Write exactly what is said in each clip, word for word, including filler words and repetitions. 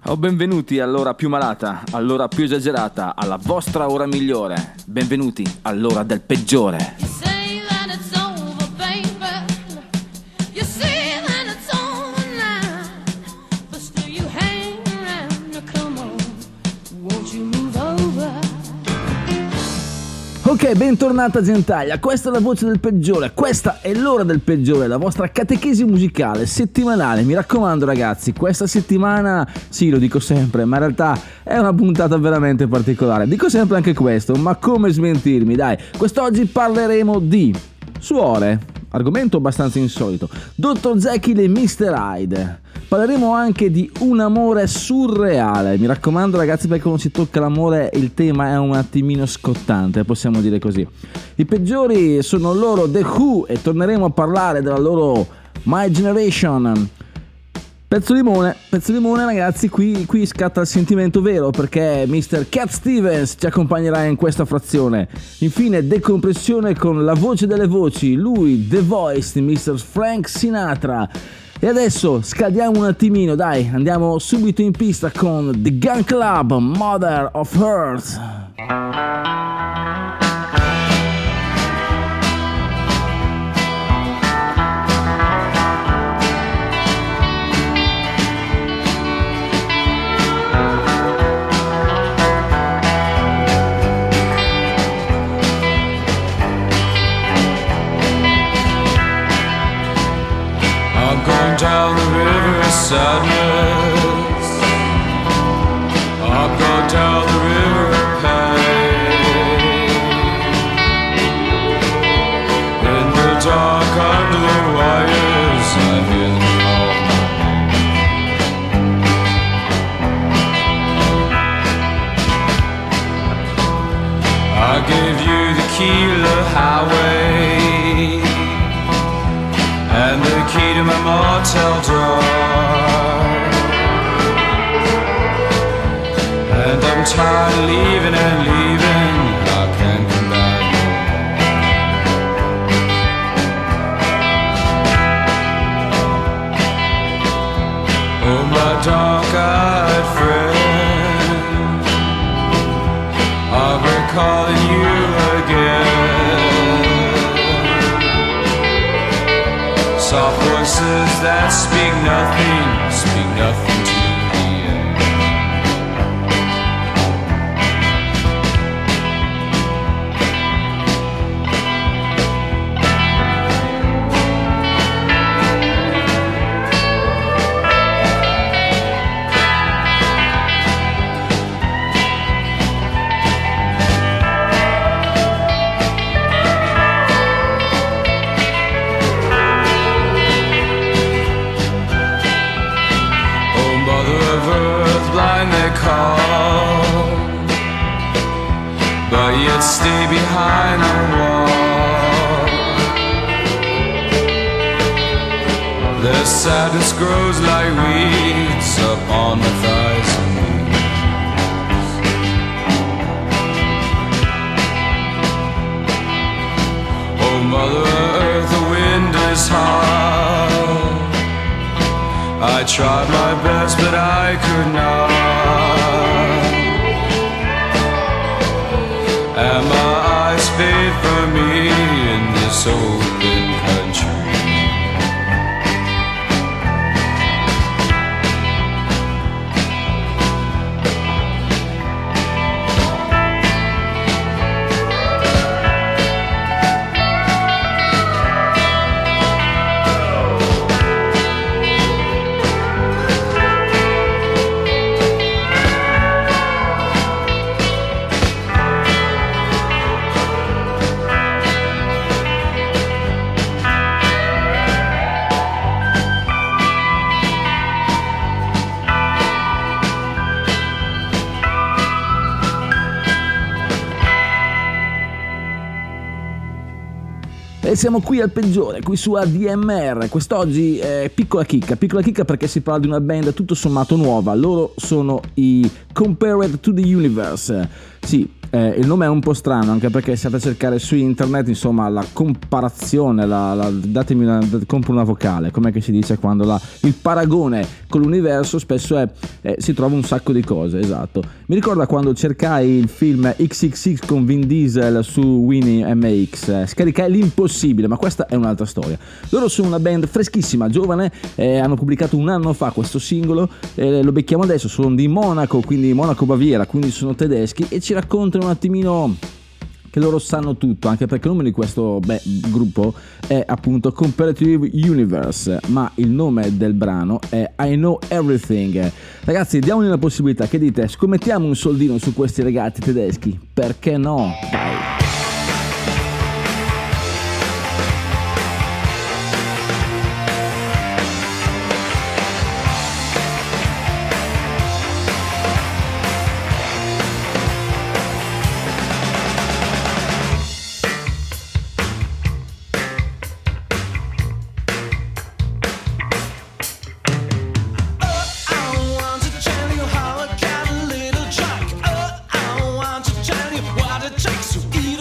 O benvenuti all'ora più malata, all'ora più esagerata, alla vostra ora migliore. Benvenuti all'ora del peggiore. Ok, bentornata gentaglia, questa è la voce del peggiore, questa è l'ora del peggiore, la vostra catechesi musicale settimanale. Mi raccomando ragazzi, questa settimana, sì lo dico sempre, ma in realtà è una puntata veramente particolare. Dico sempre anche questo, ma come smentirmi, dai. Quest'oggi parleremo di suore, argomento abbastanza insolito, dottor Jekyll e mister Hyde. Parleremo anche di un amore surreale. Mi raccomando ragazzi, perché quando si tocca l'amore il tema è un attimino scottante, possiamo dire così. I peggiori sono loro The Who e torneremo a parlare della loro My Generation. Pezzo limone, pezzo limone ragazzi, qui, qui scatta il sentimento vero perché mister Cat Stevens ci accompagnerà in questa frazione. Infine decompressione con la voce delle voci, lui The Voice di mister Frank Sinatra. E adesso scaldiamo un attimino, dai, andiamo subito in pista con The Gun Club, Mother of Earth. Down the river of sadness, I'll go down the river of pain. In the dark under the wires, I hear them call my name. I gave you the key to the highway and the key to my motel door, and I'm tired of leaving and leaving, I can't come back no more. Oh my dark-eyed friend, I'll be calling you again. Soft voices that speak nothing, speak nothing to the end. Call, but yet stay behind the wall. Their sadness grows like weeds upon the thighs and knees. Oh Mother Earth, the wind is hard. I tried my best, but I could not. And my eyes fade from me in this open country. E siamo qui al peggiore, qui su A D M R. Quest'oggi è piccola chicca, piccola chicca perché si parla di una band tutto sommato nuova. Loro sono i Compared to the Universe. Sì, eh, il nome è un po' strano, anche perché se andate a cercare su internet, insomma, la comparazione, la, la, datemi una, compro una vocale, com'è che si dice quando la, il paragone con l'universo spesso è, eh, si trova un sacco di cose, esatto. Mi ricorda quando cercai il film X X X con Vin Diesel su Winnie M X, eh, scaricai l'impossibile, ma questa è un'altra storia. Loro sono una band freschissima, giovane, eh, hanno pubblicato un anno fa questo singolo, eh, lo becchiamo adesso, sono di Monaco, quindi Monaco-Baviera, quindi sono tedeschi, e ci raccontano un attimino che loro sanno tutto, anche perché il nome di questo beh, gruppo è appunto Comparative Universe, ma il nome del brano è I Know Everything. Ragazzi, diamogli la possibilità, che dite? Scommettiamo un soldino su questi ragazzi tedeschi? Perché no? Dai! What it takes to eat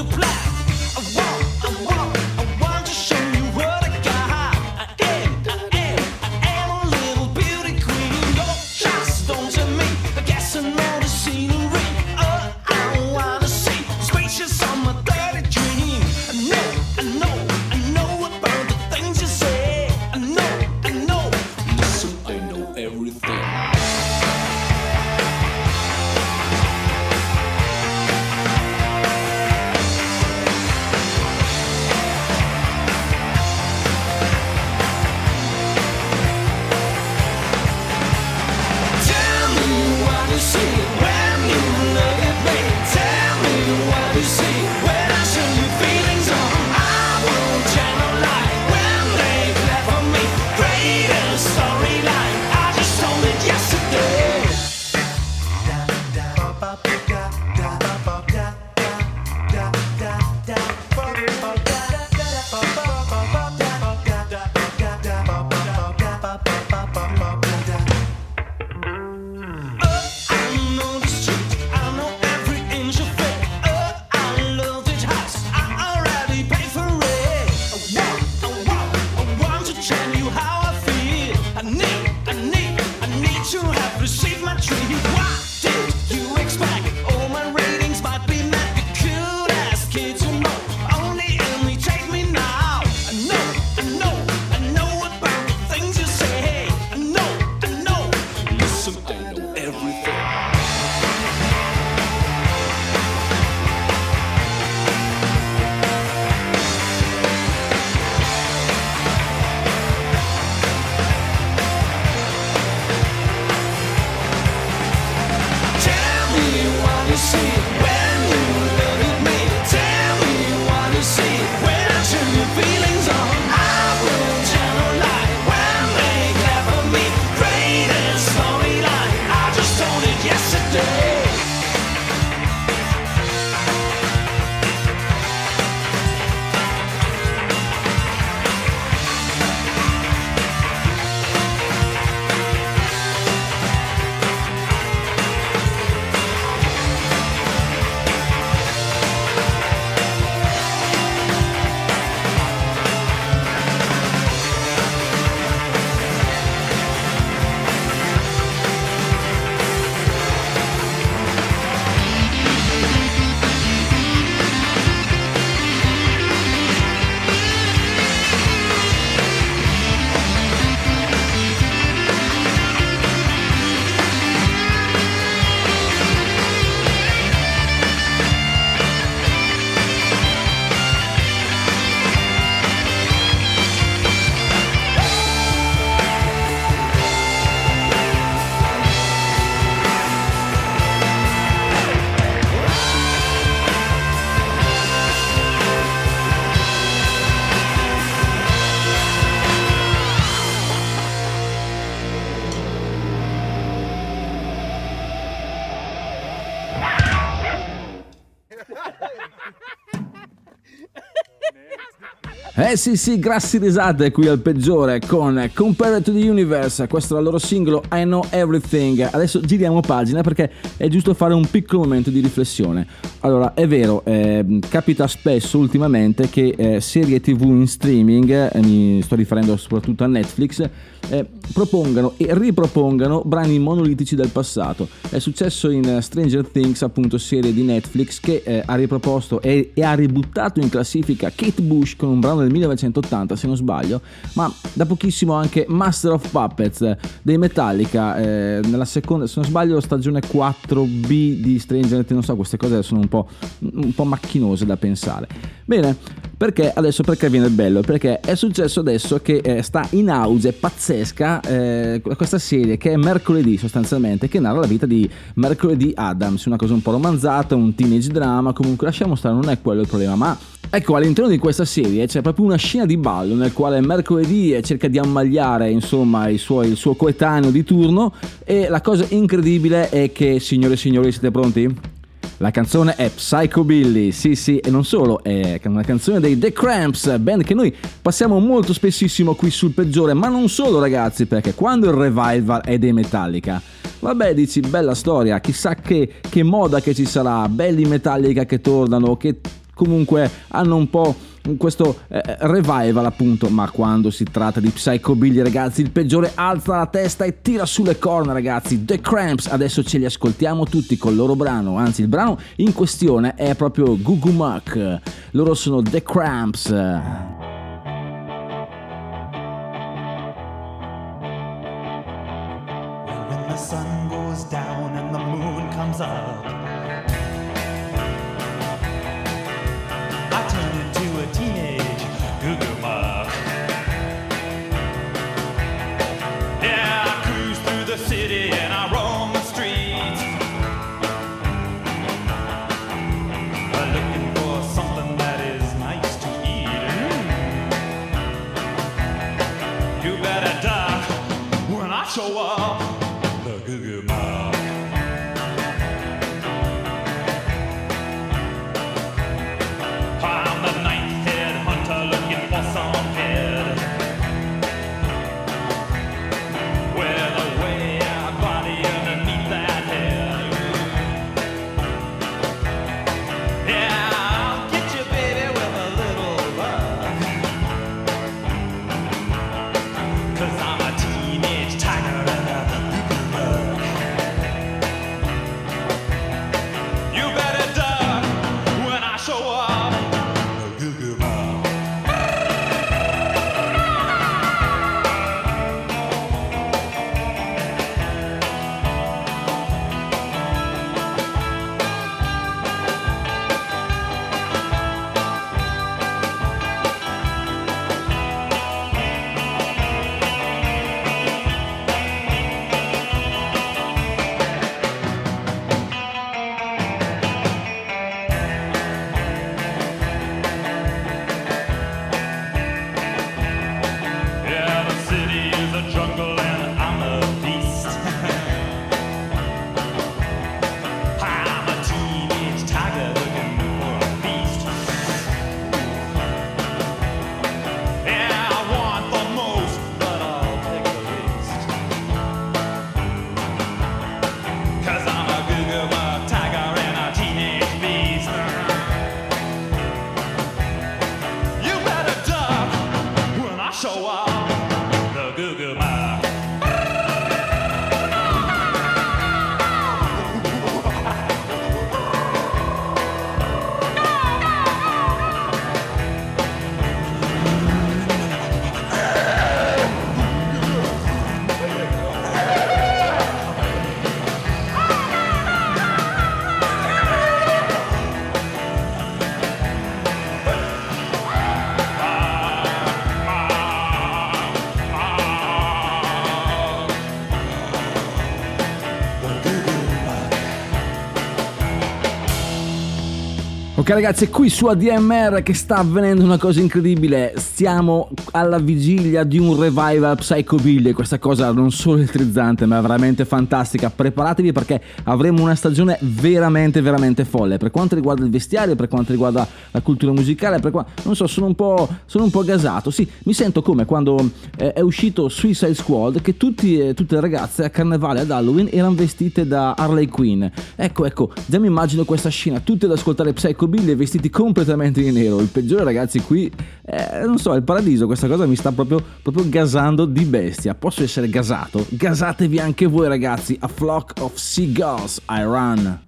Eh sì sì, grassi risate qui al peggiore con Compared to the Universe, questo è il loro singolo I Know Everything. Adesso giriamo pagina perché è giusto fare un piccolo momento di riflessione. Allora, è vero, eh, capita spesso ultimamente che eh, serie tv in streaming, eh, mi sto riferendo soprattutto a Netflix, eh, propongano e ripropongano brani monolitici del passato. È successo in Stranger Things, appunto serie di Netflix, che eh, ha riproposto e, e ha ributtato in classifica Kate Bush con un brano del millenovecentottanta, se non sbaglio, ma da pochissimo anche Master of Puppets dei Metallica, eh, nella seconda, se non sbaglio, stagione quattro B di Stranger Things. Non so, queste cose sono un po', un po' macchinose da pensare. Bene, perché adesso, perché viene il bello? Perché è successo adesso che eh, sta in auge pazzesca eh, questa serie che è Mercoledì, sostanzialmente, che narra la vita di Mercoledì Addams, una cosa un po' romanzata, un teenage drama. Comunque lasciamo stare, non è quello il problema, ma ecco, all'interno di questa serie c'è proprio una scena di ballo nel quale Mercoledì cerca di ammagliare, insomma, il suo, il suo coetaneo di turno, e la cosa incredibile è che, signore e signori, siete pronti? La canzone è Psychobilly, sì sì, e non solo, è una canzone dei The Cramps, band che noi passiamo molto spessissimo qui sul peggiore, ma non solo, ragazzi, perché quando il revival è dei Metallica, vabbè, dici, bella storia, chissà che, che moda che ci sarà, belli Metallica che tornano, che comunque hanno un po' questo eh, revival, appunto. Ma quando si tratta di Psychobilly, ragazzi, il peggiore alza la testa e tira sulle corna, ragazzi. The Cramps, adesso ce li ascoltiamo tutti col loro brano, anzi il brano in questione è proprio Goo Goo Muck, loro sono The Cramps. Well, when the sun goes down and the moon comes up, a teenage Goo Goo Muck. Yeah, I cruise through the city and I roam the streets, looking for something that is nice to eat. You better duck when I show up, the Goo Goo Muck. Ok ragazzi, qui su A D M R che sta avvenendo una cosa incredibile. Stiamo alla vigilia di un revival psychobilly. Questa cosa non solo elettrizzante ma veramente fantastica. Preparatevi perché avremo una stagione veramente veramente folle per quanto riguarda il vestiario, per quanto riguarda la cultura musicale, per qua... non so, sono un po' sono un po' gasato. Sì, mi sento come quando eh, è uscito Suicide Squad, che tutti, eh, tutte le ragazze a carnevale, ad Halloween, erano vestite da Harley Quinn. Ecco, ecco, già mi immagino questa scena, tutte ad ascoltare Psychobilly vestiti completamente di nero. Il peggiore, ragazzi, qui eh, non so, è il paradiso. Questa cosa mi sta proprio, proprio gasando di bestia. Posso essere gasato? Gasatevi anche voi, ragazzi. A Flock of Seagulls, I Run.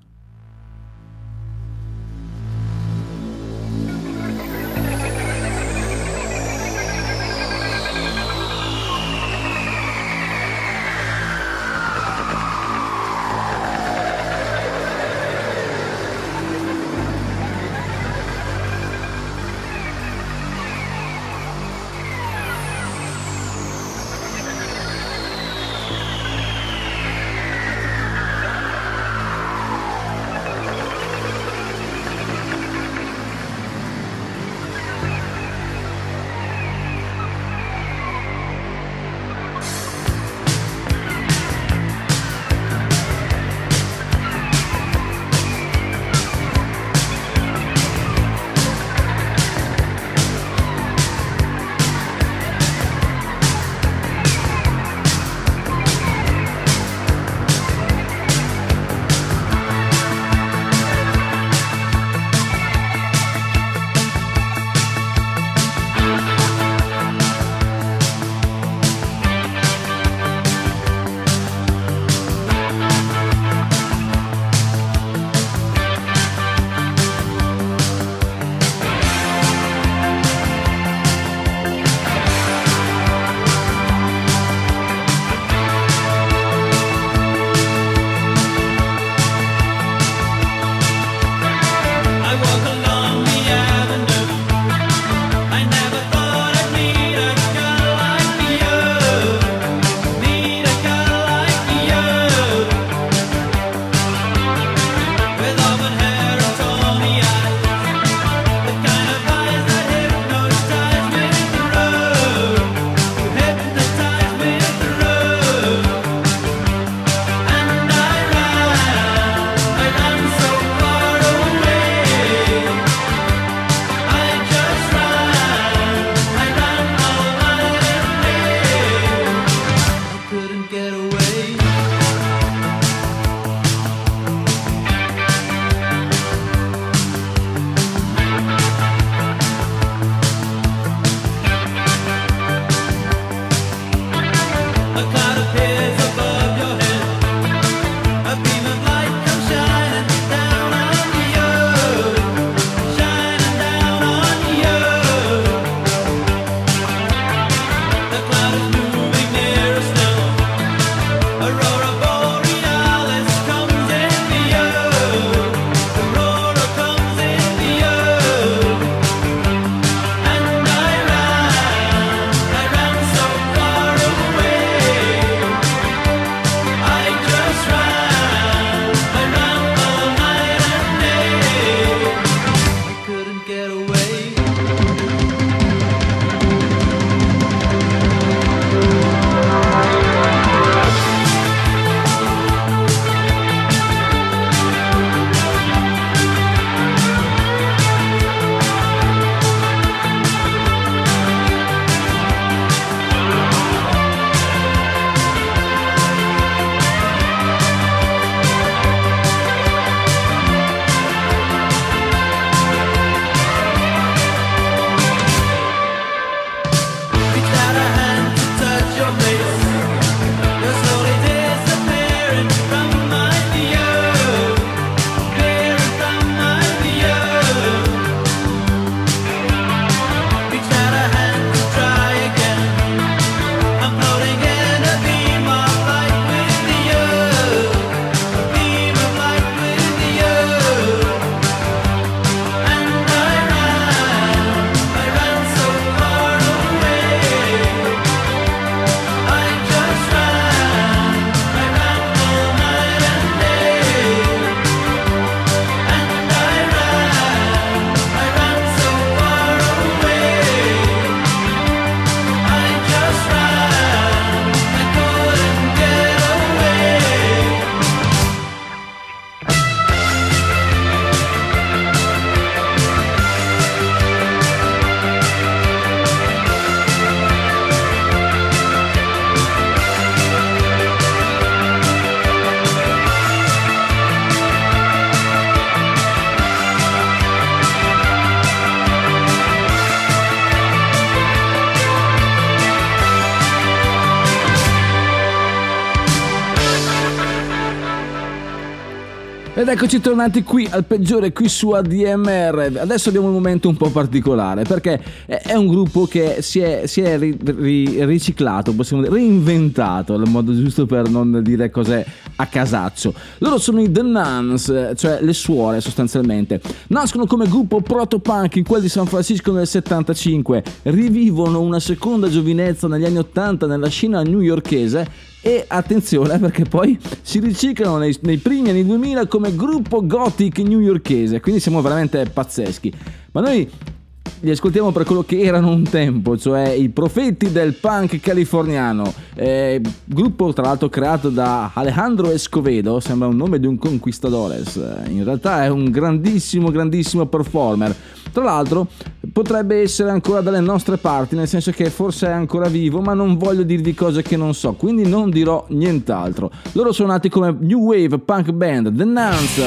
Ed eccoci tornati qui al peggiore, qui su A D M R. Adesso abbiamo un momento un po' particolare, perché è un gruppo che si è, si è ri, ri, riciclato, possiamo dire, reinventato, nel modo giusto per non dire cose a casaccio. Loro sono i The Nuns, cioè le suore sostanzialmente. Nascono come gruppo proto-punk in quel di San Francisco nel settantacinque, rivivono una seconda giovinezza negli anni ottanta nella scena newyorkese. E attenzione, perché poi si riciclano nei, nei primi anni duemila come gruppo gothic newyorkese, quindi siamo veramente pazzeschi. Ma noi li ascoltiamo per quello che erano un tempo, cioè i profeti del punk californiano, eh, gruppo tra l'altro creato da Alejandro Escovedo, sembra un nome di un conquistadores, in realtà è un grandissimo grandissimo performer. Tra l'altro potrebbe essere ancora dalle nostre parti, nel senso che forse è ancora vivo, ma non voglio dirvi cose che non so, quindi non dirò nient'altro. Loro sono nati come New Wave Punk Band, The Nuns.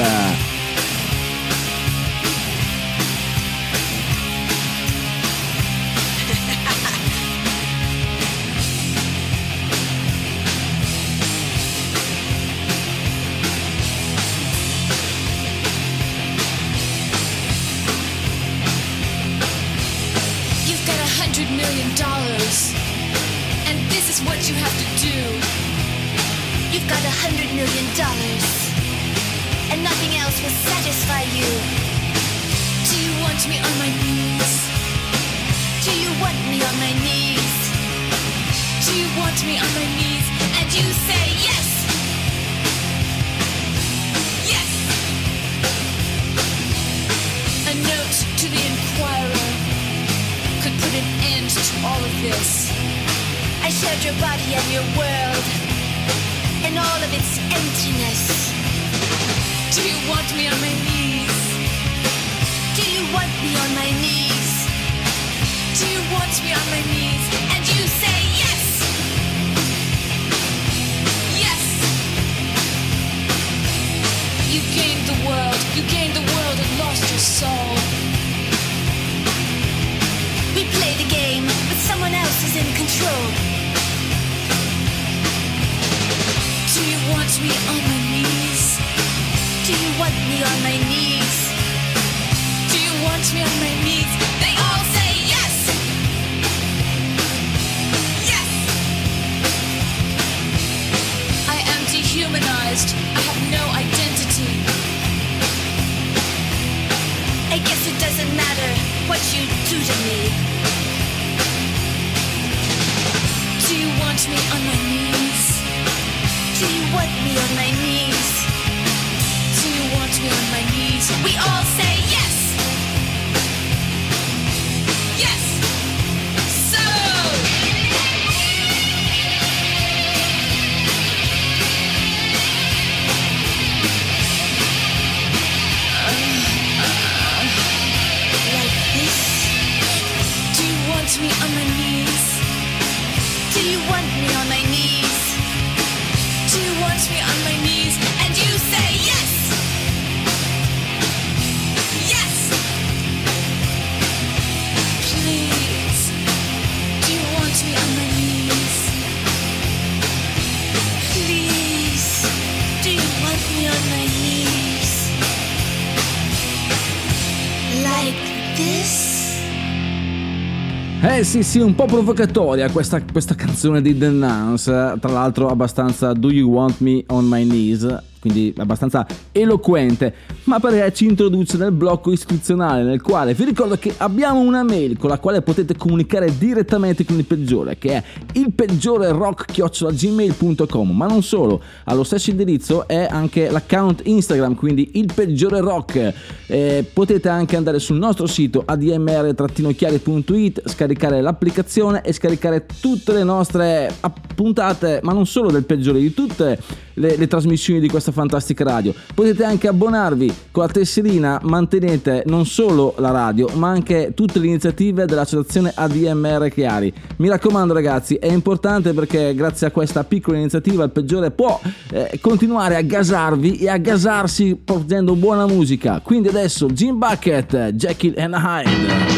Eh sì sì, un po' provocatoria questa, questa canzone di The Nuns, tra l'altro abbastanza Do You Want Me On My Knees, quindi abbastanza eloquente, ma perché ci introduce nel blocco istituzionale, nel quale vi ricordo che abbiamo una mail con la quale potete comunicare direttamente con il peggiore, che è il peggiore rock chiocciola gmail punto com, ma non solo, allo stesso indirizzo è anche l'account Instagram, quindi il peggiore rock. Eh, potete anche andare sul nostro sito a d m r chiari punto i t, scaricare l'applicazione e scaricare tutte le nostre puntate, ma non solo del peggiore, di tutte le, le trasmissioni di questa fantastica radio. Potete anche abbonarvi con la tesserina, mantenete non solo la radio ma anche tutte le iniziative dell'associazione A D M R Chiari. Mi raccomando ragazzi, è importante perché grazie a questa piccola iniziativa il peggiore può eh, continuare a gasarvi e a gasarsi portando buona musica. Quindi adesso Jim Bucket, Jekyll and Hyde.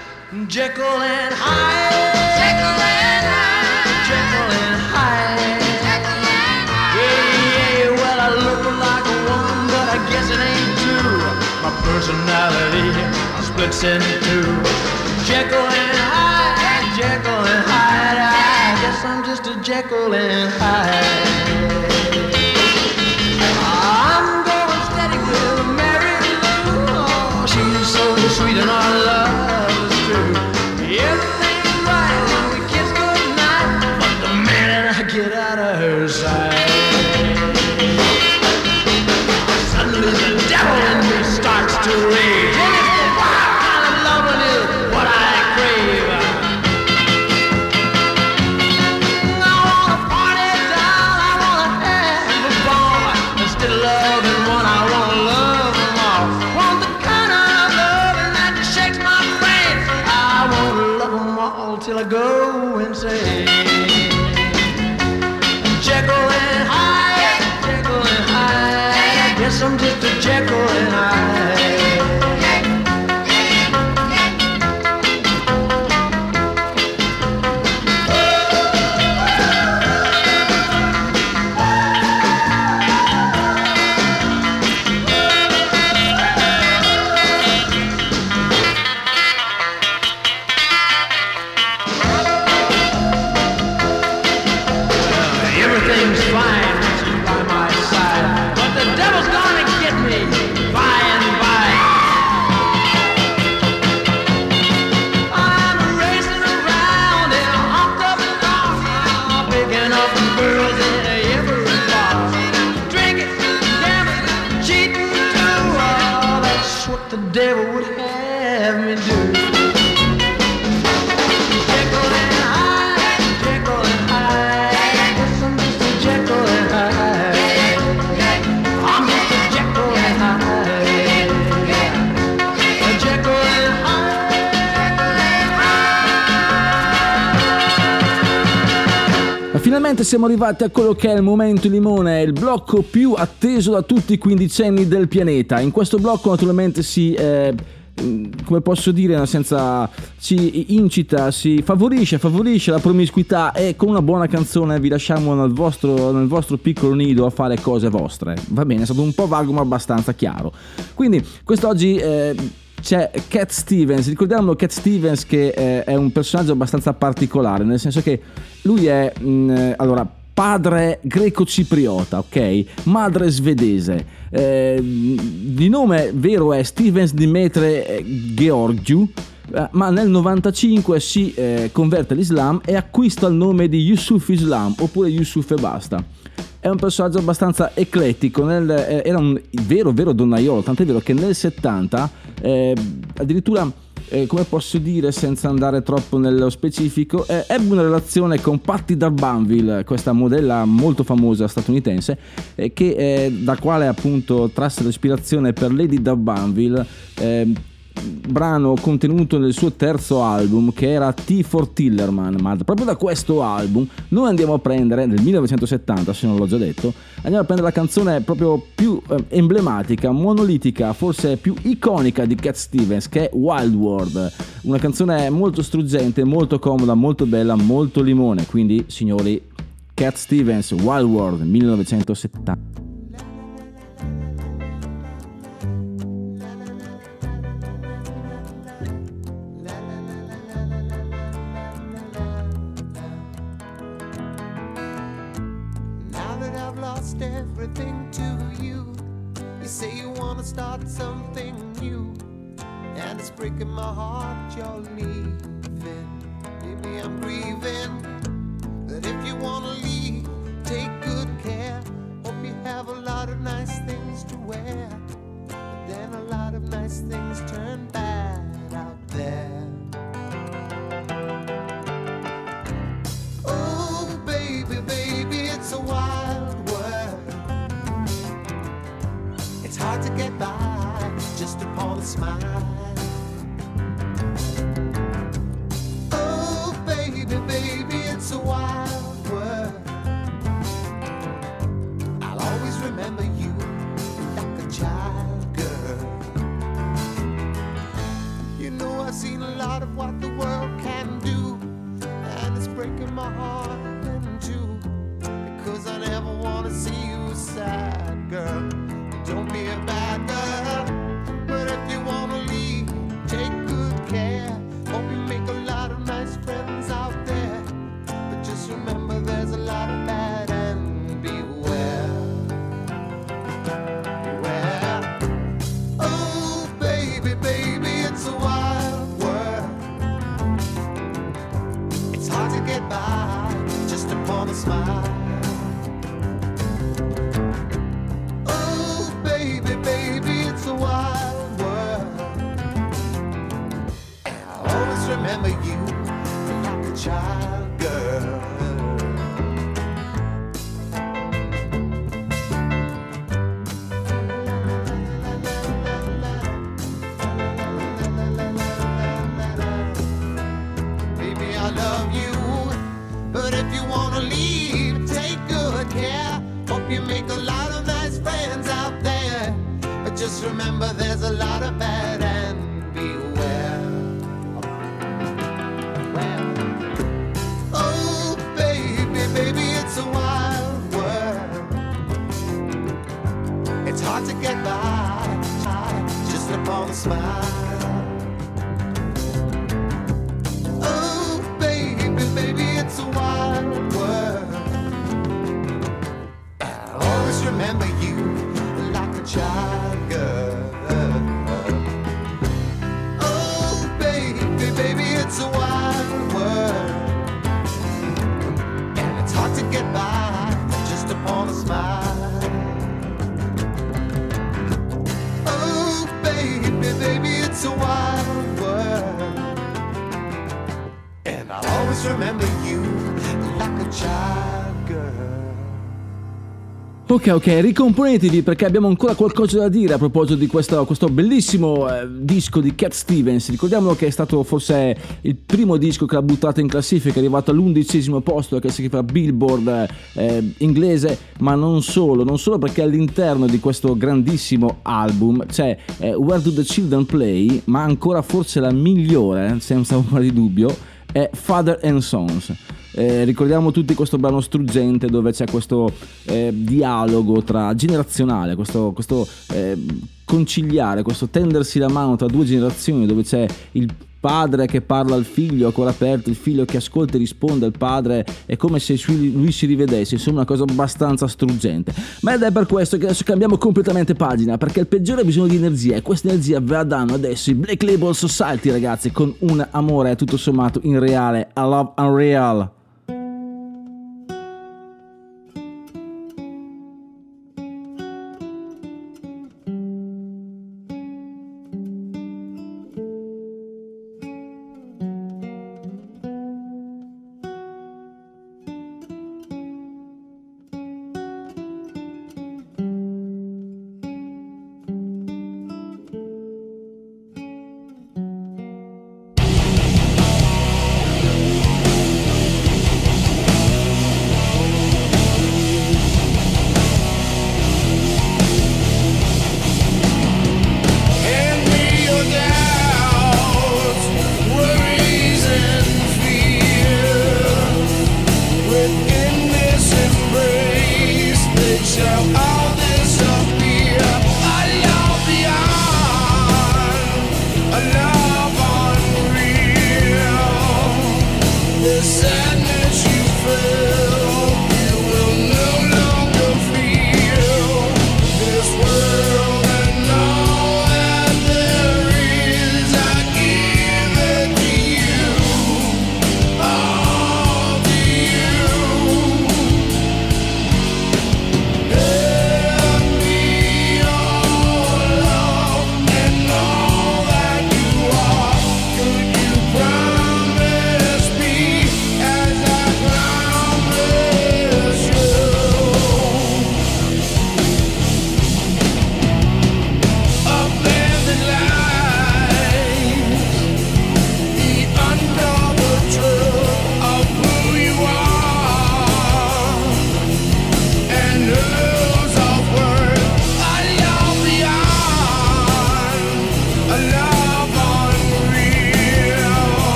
Jekyll and Hyde, Jekyll and Hyde, Jekyll and Hyde. personality splits in two. Jekyll and Hyde, Jekyll and Hyde. I guess I'm just a Jekyll and Hyde. I'm going steady with Mary Lou. Oh, she's so sweet and our love is true. Everything's right when we kiss goodnight, but the minute I get out of her sight, suddenly the devil in me starts to rage. And it's the wild kind of loving is what I crave. I wanna party down, I wanna have a ball. Instead of loving one, I wanna love them all. Want the kind of loving that shakes my brain. I wanna love them all till I go insane. Jekyll and Hyde, Jekyll and Hyde. I guess I'm just a Jekyll and Hyde. Everything's fine when she's by my side, but the devil's gonna get me by and by. I'm racing around in a hopped up car, picking up girls in every bar, drinking, gambling, cheating too. Oh, that's what the devil would have me do. Jekyll and Hyde, Jekyll and Hyde. I guess I'm just a Jekyll and Hyde. I'm just a Jekyll and Hyde. A Jekyll and Ma finalmente siamo arrivati a quello che è il momento limone, il blocco più atteso da tutti i quindicenni del pianeta. In questo blocco naturalmente si, eh, come posso dire, senza, si incita, si favorisce, favorisce la promiscuità, e con una buona canzone vi lasciamo nel vostro, nel vostro piccolo nido a fare cose vostre. Va bene, è stato un po' vago ma abbastanza chiaro. Quindi quest'oggi eh, c'è Cat Stevens. Ricordiamo Cat Stevens, che eh, è un personaggio abbastanza particolare, nel senso che lui è mh, allora padre greco-cipriota, ok? Madre svedese. Eh, di nome vero è Stevens Dimetre Georgiou, eh, ma nel novantacinque si eh, converte all'Islam e acquista il nome di Yusuf Islam, oppure Yusuf e basta. È un personaggio abbastanza eclettico, nel, eh, era un vero vero donnaiolo, tant'è vero che nel settanta eh, addirittura Eh, come posso dire senza andare troppo nello specifico, eh, ebbe una relazione con Patti D'Arbanville, questa modella molto famosa statunitense, eh, che, eh, da quale appunto trasse l'ispirazione per Lady D'Arbanville, eh, brano contenuto nel suo terzo album, che era T for Tillerman. Ma proprio da questo album noi andiamo a prendere, nel millenovecentosettanta se non l'ho già detto, andiamo a prendere la canzone proprio più eh, emblematica, monolitica, forse più iconica di Cat Stevens, che è Wild World, una canzone molto struggente, molto comoda, molto bella, molto limone. Quindi signori, Cat Stevens, Wild World, millenovecentosettanta. Everything to you. You say you wanna start something new, and it's breaking my heart you're leaving. Maybe I'm grieving, but if you wanna leave, take good care. Hope you have a lot of nice things to wear, but then a lot of nice things turn bad out there. Oh baby, baby, it's a wild world. It's hard to get by just upon a smile. Oh baby, baby, it's a wild world. I'll always remember you like a child, girl. You know I've seen a lot of what the world can do, and it's breaking my heart in two, because I never want to see you sad, girl. Don't be a bad girl, but if you remember there's a lot of bad and beware. Well, oh baby, baby, it's a wild world. It's hard to get by just upon a smile. Oh baby, baby, it's a wild world. I'll always remember you like a child girl. Oh baby, baby, it's a wild world. And it's hard to get by just upon a smile. Oh baby, baby, it's a wild world. And I'll always remember you like a child girl. Ok, ok, ricomponetevi perché abbiamo ancora qualcosa da dire a proposito di questo, questo bellissimo eh, disco di Cat Stevens. Ricordiamolo che è stato forse il primo disco che l'ha buttato in classifica, è arrivato all'undicesimo posto, che si chiama Billboard eh, inglese, ma non solo, non solo perché all'interno di questo grandissimo album c'è eh, Where Do the Children Play, ma ancora forse la migliore, senza ombra di dubbio, è Father and Sons. Eh, ricordiamo tutti questo brano struggente dove c'è questo eh, dialogo tra generazionale, questo, questo eh, conciliare, questo tendersi la mano tra due generazioni, dove c'è il padre che parla al figlio a cuore aperto, il figlio che ascolta e risponde al padre, è come se lui si rivedesse, insomma una cosa abbastanza struggente. Ma ed è per questo che adesso cambiamo completamente pagina, perché il peggiore ha bisogno di energia e questa energia ve la danno adesso i Black Label Society, ragazzi, con un amore tutto sommato in reale, I Love Unreal.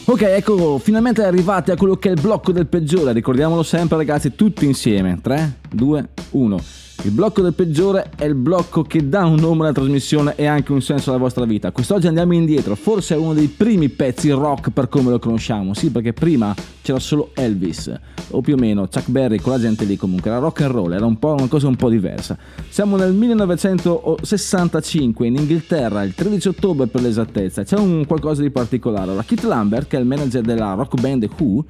Ok, ecco, finalmente arrivati a quello che è il blocco del peggiore. Ricordiamolo sempre, ragazzi, tutti insieme. tre, due, uno. Il blocco del peggiore è il blocco che dà un nome alla trasmissione e anche un senso alla vostra vita. Quest'oggi andiamo indietro, forse è uno dei primi pezzi rock per come lo conosciamo. Sì, perché prima c'era solo Elvis, o più o meno Chuck Berry, con la gente lì comunque. Era rock and roll, era un po' una cosa un po' diversa. Siamo nel millenovecentosessantacinque in Inghilterra, il tredici ottobre per l'esattezza. C'è un qualcosa di particolare. La Keith Lambert, che è il manager della rock band The Who,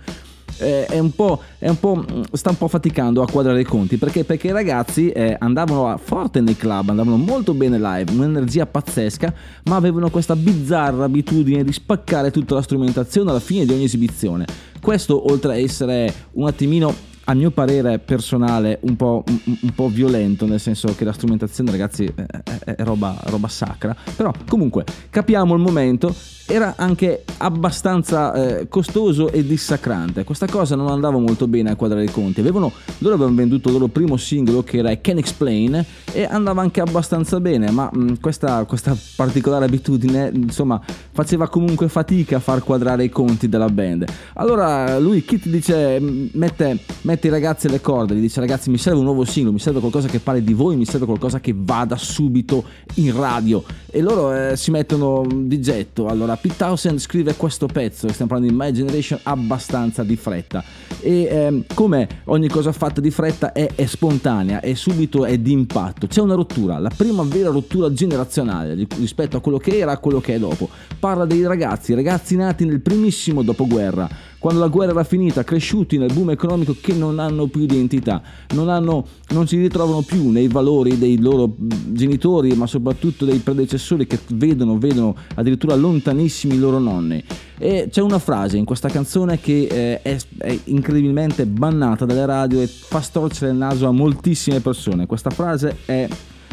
È un, po', è un po' sta un po' faticando a quadrare i conti perché, perché i ragazzi eh, andavano a, forte nei club, andavano molto bene live, un'energia pazzesca, ma avevano questa bizzarra abitudine di spaccare tutta la strumentazione alla fine di ogni esibizione. Questo, oltre a essere un attimino, a mio parere personale, un po', un, un po' violento, nel senso che la strumentazione, ragazzi, è, è, è roba, roba sacra, però comunque capiamo il momento. Era anche abbastanza eh, costoso e dissacrante. Questa cosa non andava molto bene a quadrare i conti. Avevano, loro avevano venduto il loro primo singolo, che era I Can Explain, e andava anche abbastanza bene, ma mh, questa, questa particolare abitudine, insomma, faceva comunque fatica a far quadrare i conti della band. Allora lui, Kit, dice, mette, mette i ragazzi alle corde, gli dice: ragazzi, mi serve un nuovo singolo, mi serve qualcosa che parli di voi, mi serve qualcosa che vada subito in radio. E loro eh, si mettono di getto. Allora Pete Townshend scrive questo pezzo, stiamo parlando di My Generation, abbastanza di fretta, e ehm, come ogni cosa fatta di fretta è, è spontanea e subito è di impatto. C'è una rottura, la prima vera rottura generazionale rispetto a quello che era a quello che è dopo. Parla dei ragazzi, ragazzi nati nel primissimo dopoguerra, quando la guerra era finita, cresciuti nel boom economico, che non hanno più identità, non, hanno, non si ritrovano più nei valori dei loro genitori, ma soprattutto dei predecessori, che vedono, vedono addirittura lontanissimi i loro nonni. E c'è una frase in questa canzone che eh, è, è incredibilmente bannata dalle radio e fa storcere il naso a moltissime persone. Questa frase è: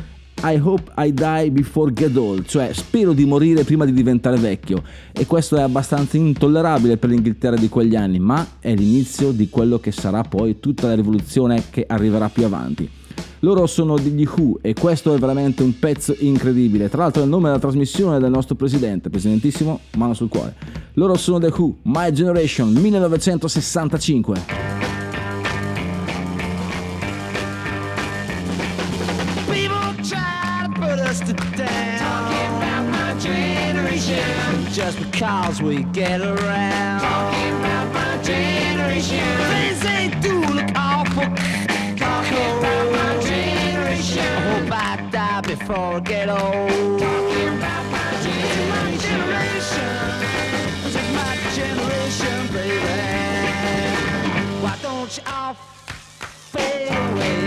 I hope I die before get old, cioè spero di morire prima di diventare vecchio. E questo è abbastanza intollerabile per l'Inghilterra di quegli anni, ma è l'inizio di quello che sarà poi tutta la rivoluzione che arriverà più avanti. Loro sono degli Who e questo è veramente un pezzo incredibile. Tra l'altro è il nome della trasmissione del nostro presidente, presidentissimo, mano sul cuore. Loro sono The Who, My Generation, millenovecentosessantacinque. Just because we get around, talking about my generation. Things they do look awful. Talking about my generation. I hope I die before I get old. Talking about my generation. This is my generation, baby. Why don't you all fade away?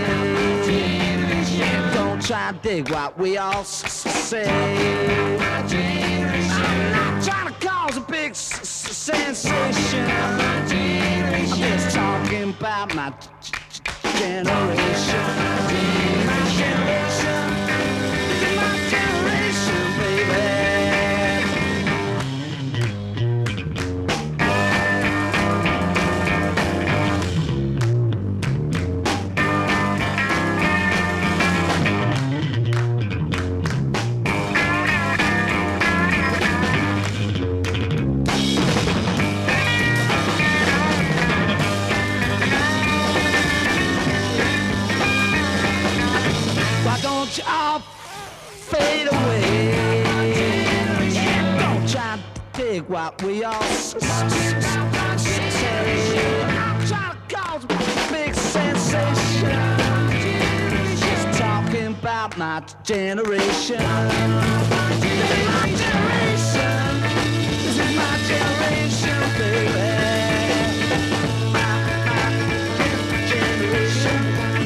Don't try to dig what we all say. My generation. I'm not trying to cause a big s- s- sensation. My generation. I'm just talking about my g- g- generation. My generation. This is my generation, baby. Don't you all fade away? Don't try to dig what we all say. I'm trying to cause a big sensation. Just talking about my generation. This is my generation. This is my generation, baby. My, my generation.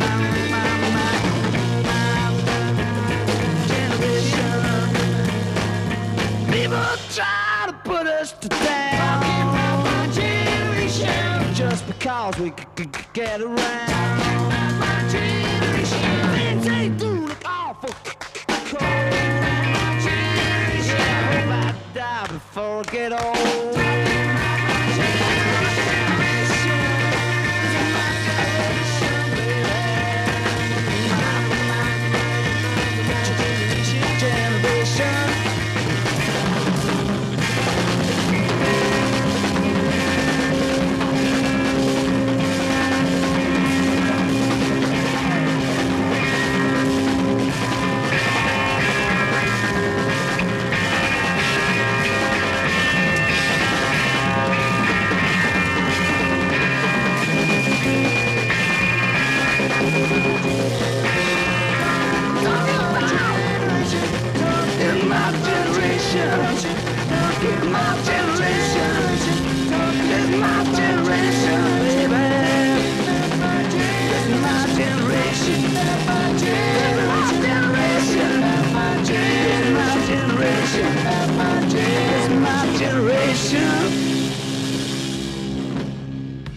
People try to put us to down. Talking about my generation. Just because we c- c- get around. Talking about my generation. Things they do look awful cold. My generation. I hope I die before I get old. Talking about my generation. This is my generation, baby. My, my generation.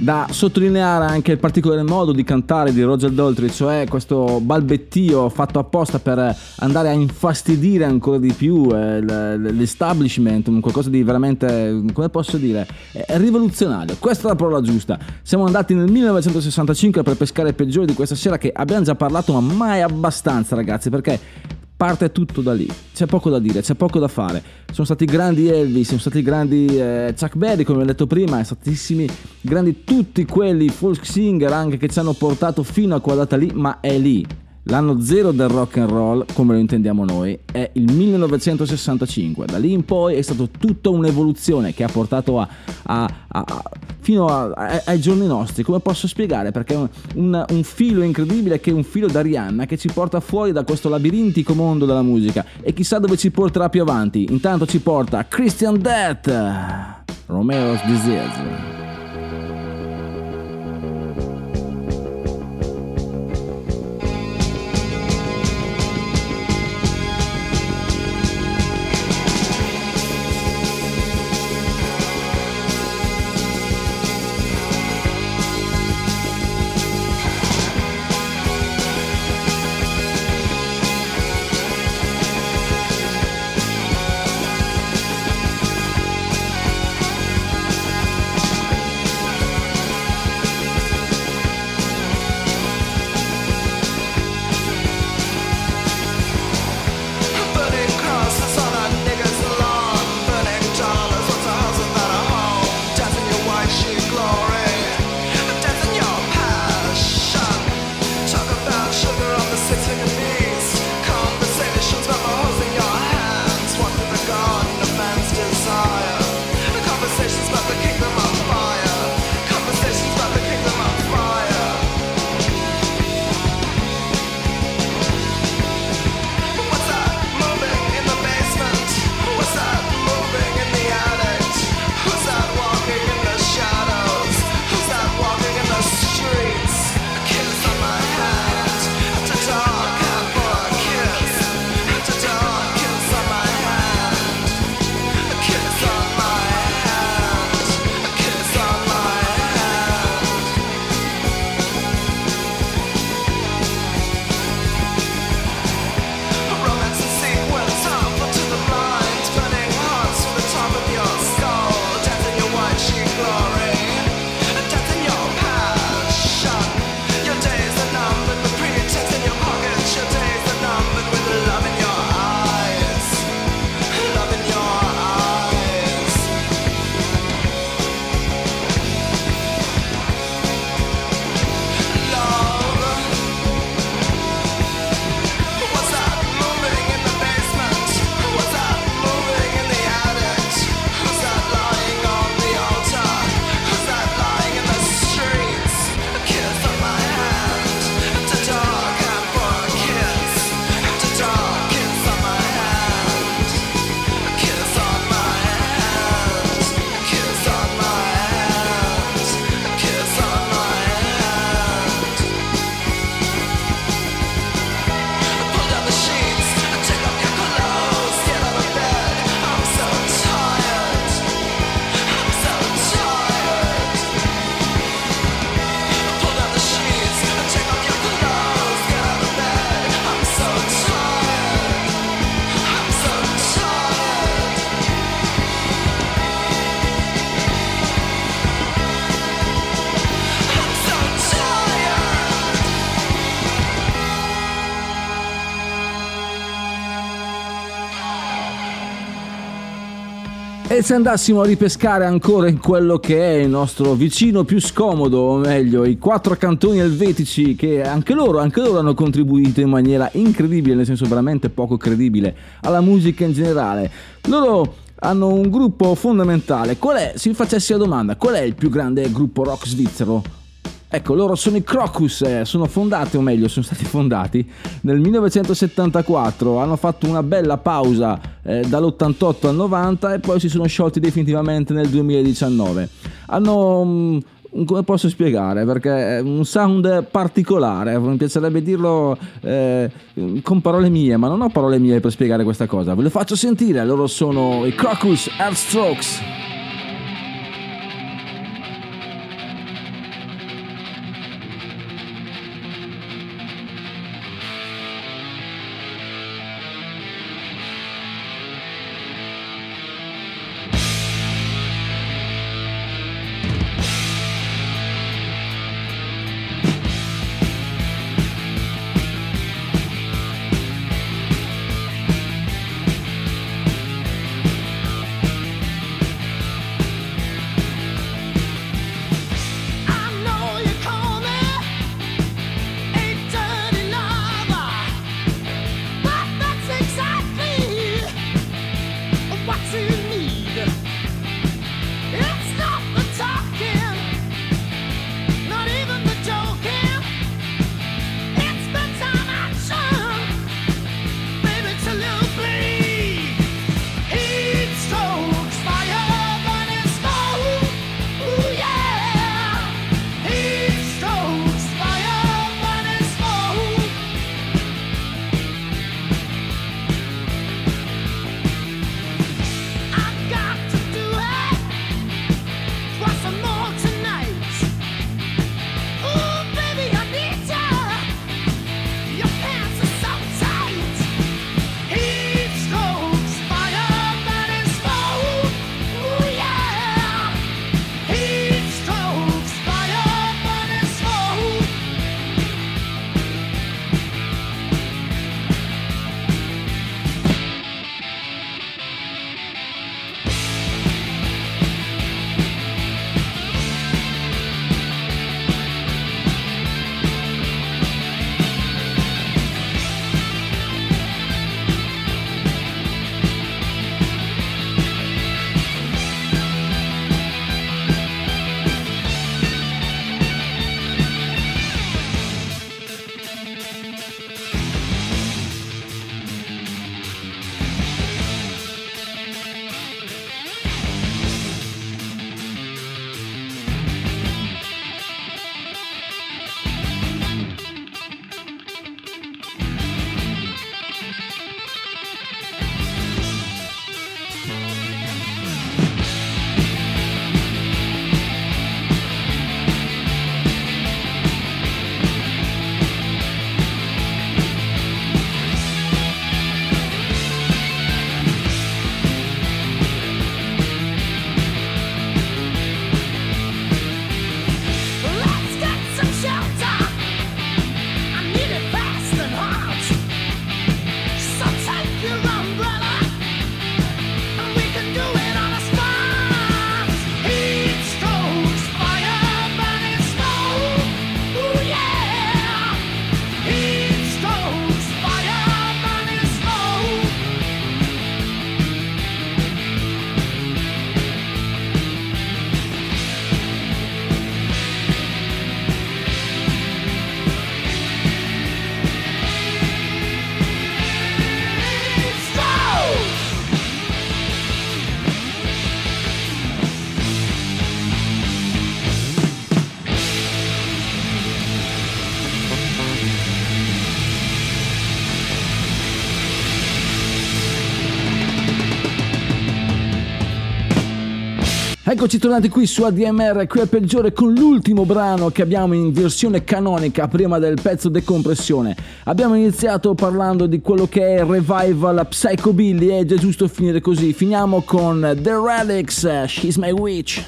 Da sottolineare anche il particolare modo di cantare di Roger Daltrey, cioè questo balbettio fatto apposta per andare a infastidire ancora di più eh, l'establishment, qualcosa di veramente, come posso dire, eh, rivoluzionario. Questa è la parola giusta. Siamo andati nel millenovecentosessantacinque per pescare il peggiore di questa sera, che abbiamo già parlato ma mai abbastanza, ragazzi, perché parte tutto da lì, c'è poco da dire, c'è poco da fare. Sono stati grandi Elvis, sono stati grandi eh, Chuck Berry, come ho detto prima, sono statissimi grandi tutti quelli folk singer anche che ci hanno portato fino a quella data lì, ma è lì. L'anno zero del rock and roll, come lo intendiamo noi, è il millenovecentosessantacinque. Da lì in poi è stata tutta un'evoluzione che ha portato a, a, a, a fino a, a, ai giorni nostri. Come posso spiegare? Perché è un, un, un filo incredibile, che è un filo d'Arianna, che ci porta fuori da questo labirintico mondo della musica, e chissà dove ci porterà più avanti. Intanto ci porta Christian Death, Romeo's Disease. E se andassimo a ripescare ancora in quello che è il nostro vicino più scomodo, o meglio i quattro cantoni elvetici, che anche loro, anche loro hanno contribuito in maniera incredibile, nel senso veramente poco credibile, alla musica in generale. Loro hanno un gruppo fondamentale. Qual è, se vi facessi la domanda, qual è il più grande gruppo rock svizzero? Ecco, loro sono i Crocus, eh, sono fondati, o meglio, sono stati fondati nel millenovecentosettantaquattro, hanno fatto una bella pausa eh, dall'ottantotto al novanta e poi si sono sciolti definitivamente nel duemiladiciannove. Hanno, um, come posso spiegare, perché è un sound particolare, mi piacerebbe dirlo eh, con parole mie, ma non ho parole mie per spiegare questa cosa, ve lo faccio sentire, loro sono i Crocus Earthstrokes. Eccoci tornati qui su A D M R, qui al peggiore, con l'ultimo brano che abbiamo in versione canonica prima del pezzo decompressione. Abbiamo iniziato parlando di quello che è il revival Psychobilly, è già giusto finire così. Finiamo con The Relics, She's My Witch.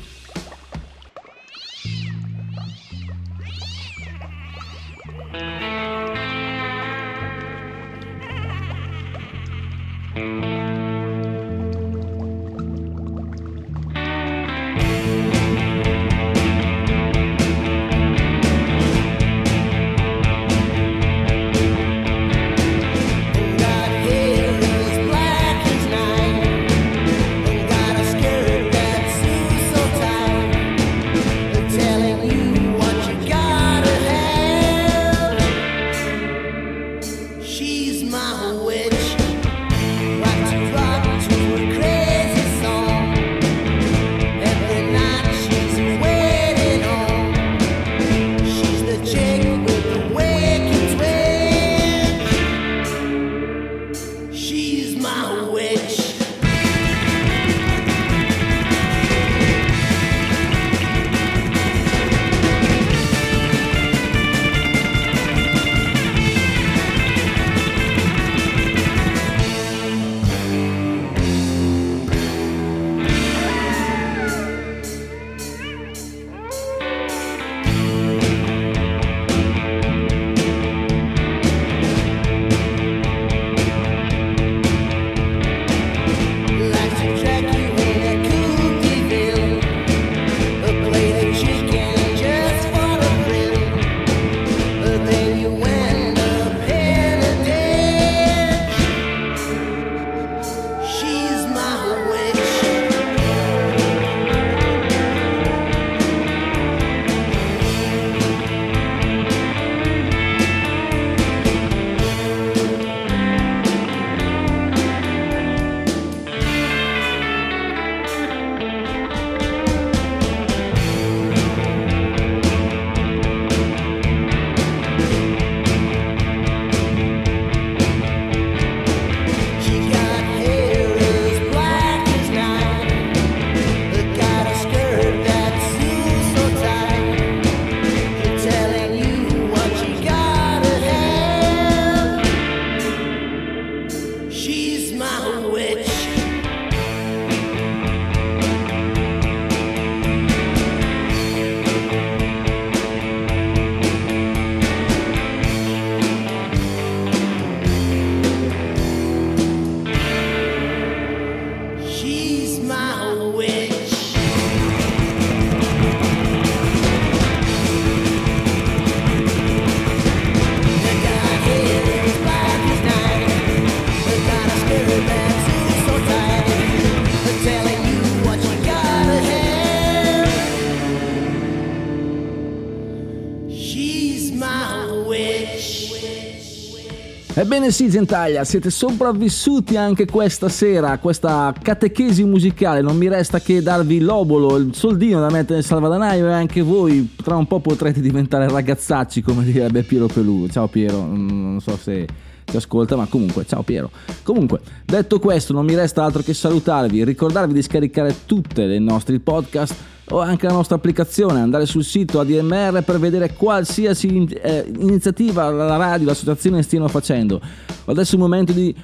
Ebbene sì, Gentaglia, siete sopravvissuti anche questa sera a questa catechesi musicale. Non mi resta che darvi l'obolo, il soldino da mettere nel salvadanaio, e anche voi tra un po' potrete diventare ragazzacci, come direbbe Piero Pelù. Ciao Piero, non so se ti ascolta, ma comunque ciao Piero. Comunque, detto questo, non mi resta altro che salutarvi, ricordarvi di scaricare tutte i nostri podcast o anche la nostra applicazione, andare sul sito A D M R per vedere qualsiasi eh, iniziativa la radio, l'associazione stiano facendo. Adesso è il momento di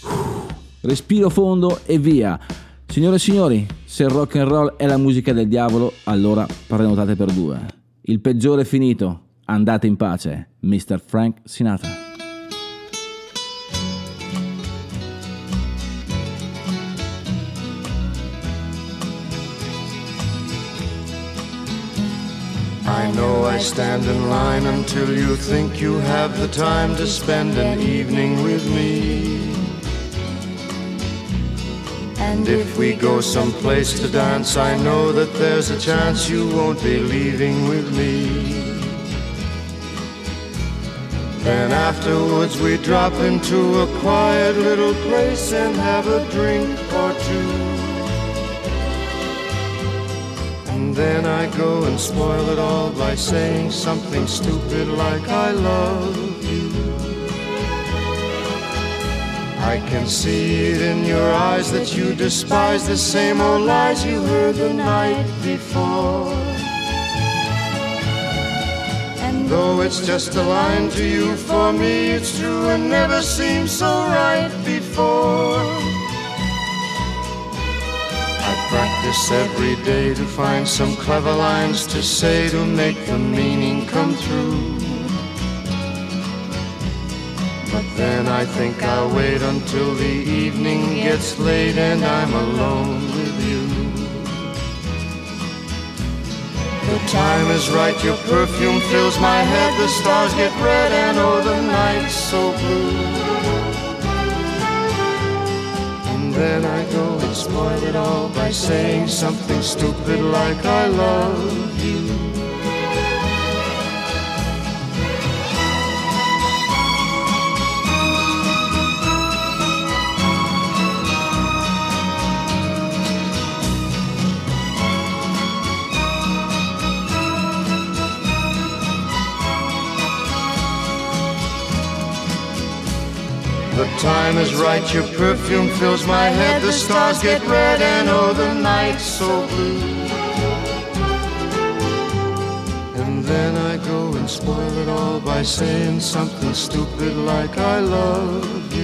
respiro fondo e via. Signore e signori, se il rock and roll è la musica del diavolo, allora prenotate per due. Il peggiore è finito, andate in pace. mister Frank Sinatra. I know I stand in line until you think you have the time to spend an evening with me. And if we go someplace to dance, I know that there's a chance you won't be leaving with me. Then afterwards we drop into a quiet little place and have a drink or two. And then I go and spoil it all by saying something stupid like I love you. I can see it in your eyes that you despise the same old lies you heard the night before. And though it's just a line to you, for me it's true and never seemed so right before. I practice every day to find some clever lines to say to make the meaning come true. But then I think I'll wait until the evening gets late and I'm alone with you. The time is right, your perfume fills my head, the stars get red and oh the night's so blue. And then I go and spoil it all by saying something stupid like I love you. The time is right, your perfume fills my head, the stars get red and oh the night's so blue. And then I go and spoil it all by saying something stupid like I love you.